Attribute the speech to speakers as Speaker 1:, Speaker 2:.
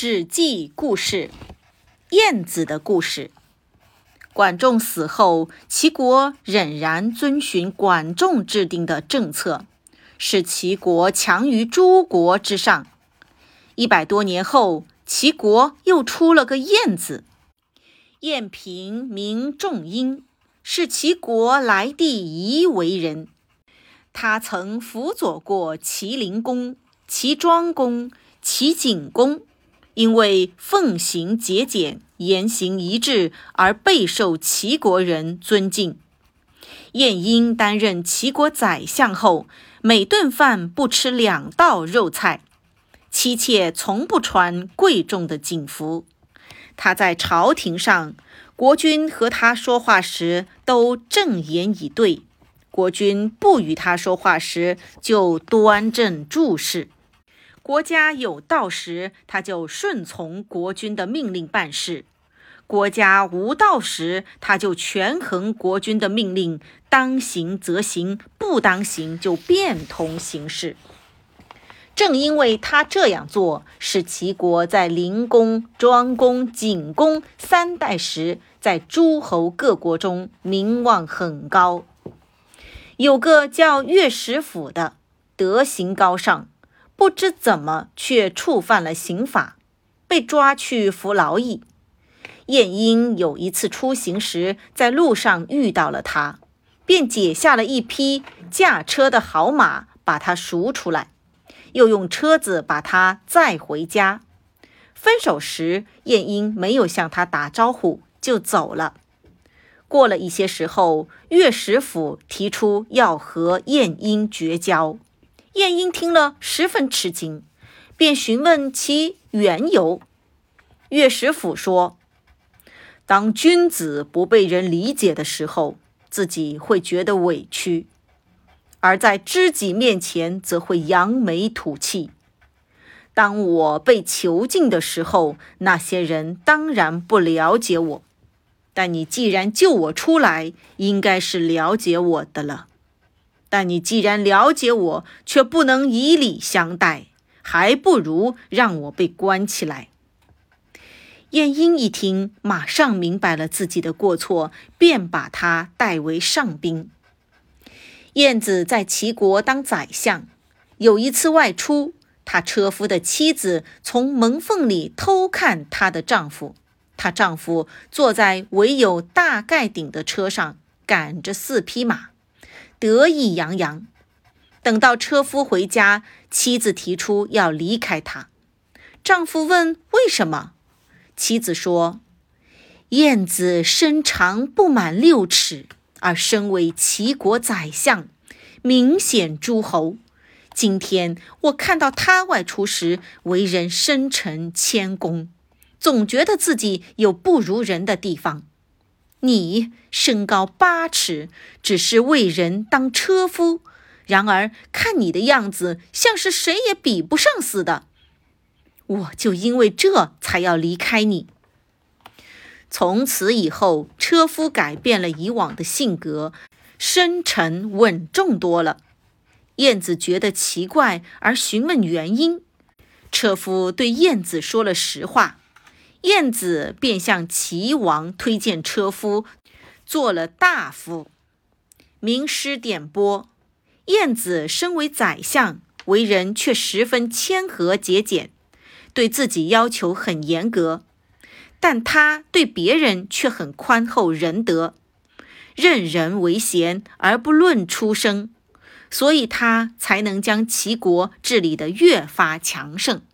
Speaker 1: 史记故事，晏子的故事。管仲死后，齐国仍然遵循管仲制定的政策，使齐国强于诸国之上。100多年后，齐国又出了个晏子。晏平名仲婴，是齐国来地夷为人。他曾辅佐过齐灵公、齐庄公、齐景公，因为奉行节俭、言行一致而备受齐国人尊敬。晏婴担任齐国宰相后，每顿饭不吃2道肉菜，妻妾从不穿贵重的锦服。他在朝廷上，国君和他说话时都正言以对，国君不与他说话时就端正注视。国家有道时，他就顺从国君的命令办事；国家无道时，他就权衡国君的命令，当行则行，不当行就变通行事。正因为他这样做，使齐国在灵公、庄公、景公3代时，在诸侯各国中名望很高。有个叫乐石甫的，德行高尚，不知怎么却触犯了刑法，被抓去服劳役。晏婴有一次出行时，在路上遇到了他，便解下了一匹驾车的好马，把他赎出来，又用车子把他载回家。分手时，晏婴没有向他打招呼，就走了。过了一些时候，乐石甫提出要和晏婴绝交。晏婴听了十分吃惊，便询问其缘由。乐石甫说，当君子不被人理解的时候，自己会觉得委屈，而在知己面前则会扬眉吐气。当我被囚禁的时候，那些人当然不了解我，但你既然救我出来，应该是了解我的了。但你既然了解我，却不能以礼相待，还不如让我被关起来。晏婴一听，马上明白了自己的过错，便把他代为上宾。晏子在齐国当宰相，有一次外出，他车夫的妻子从门缝里偷看她的丈夫。她丈夫坐在围有大盖顶的车上，赶着4匹马，得意洋洋。等到车夫回家，妻子提出要离开他。丈夫问为什么？妻子说，晏子身长不满6尺，而身为齐国宰相，名显诸侯。今天我看到他外出时，为人深沉谦恭，总觉得自己有不如人的地方。你身高8尺，只是为人当车夫，然而看你的样子，像是谁也比不上似的。我就因为这才要离开你。从此以后，车夫改变了以往的性格，深沉稳重多了。晏子觉得奇怪，而询问原因。车夫对晏子说了实话，晏子便向齐王推荐车夫做了大夫。名师点拨，晏子身为宰相，为人却十分谦和节俭，对自己要求很严格，但他对别人却很宽厚仁德，任人唯贤而不论出身，所以他才能将齐国治理得越发强盛。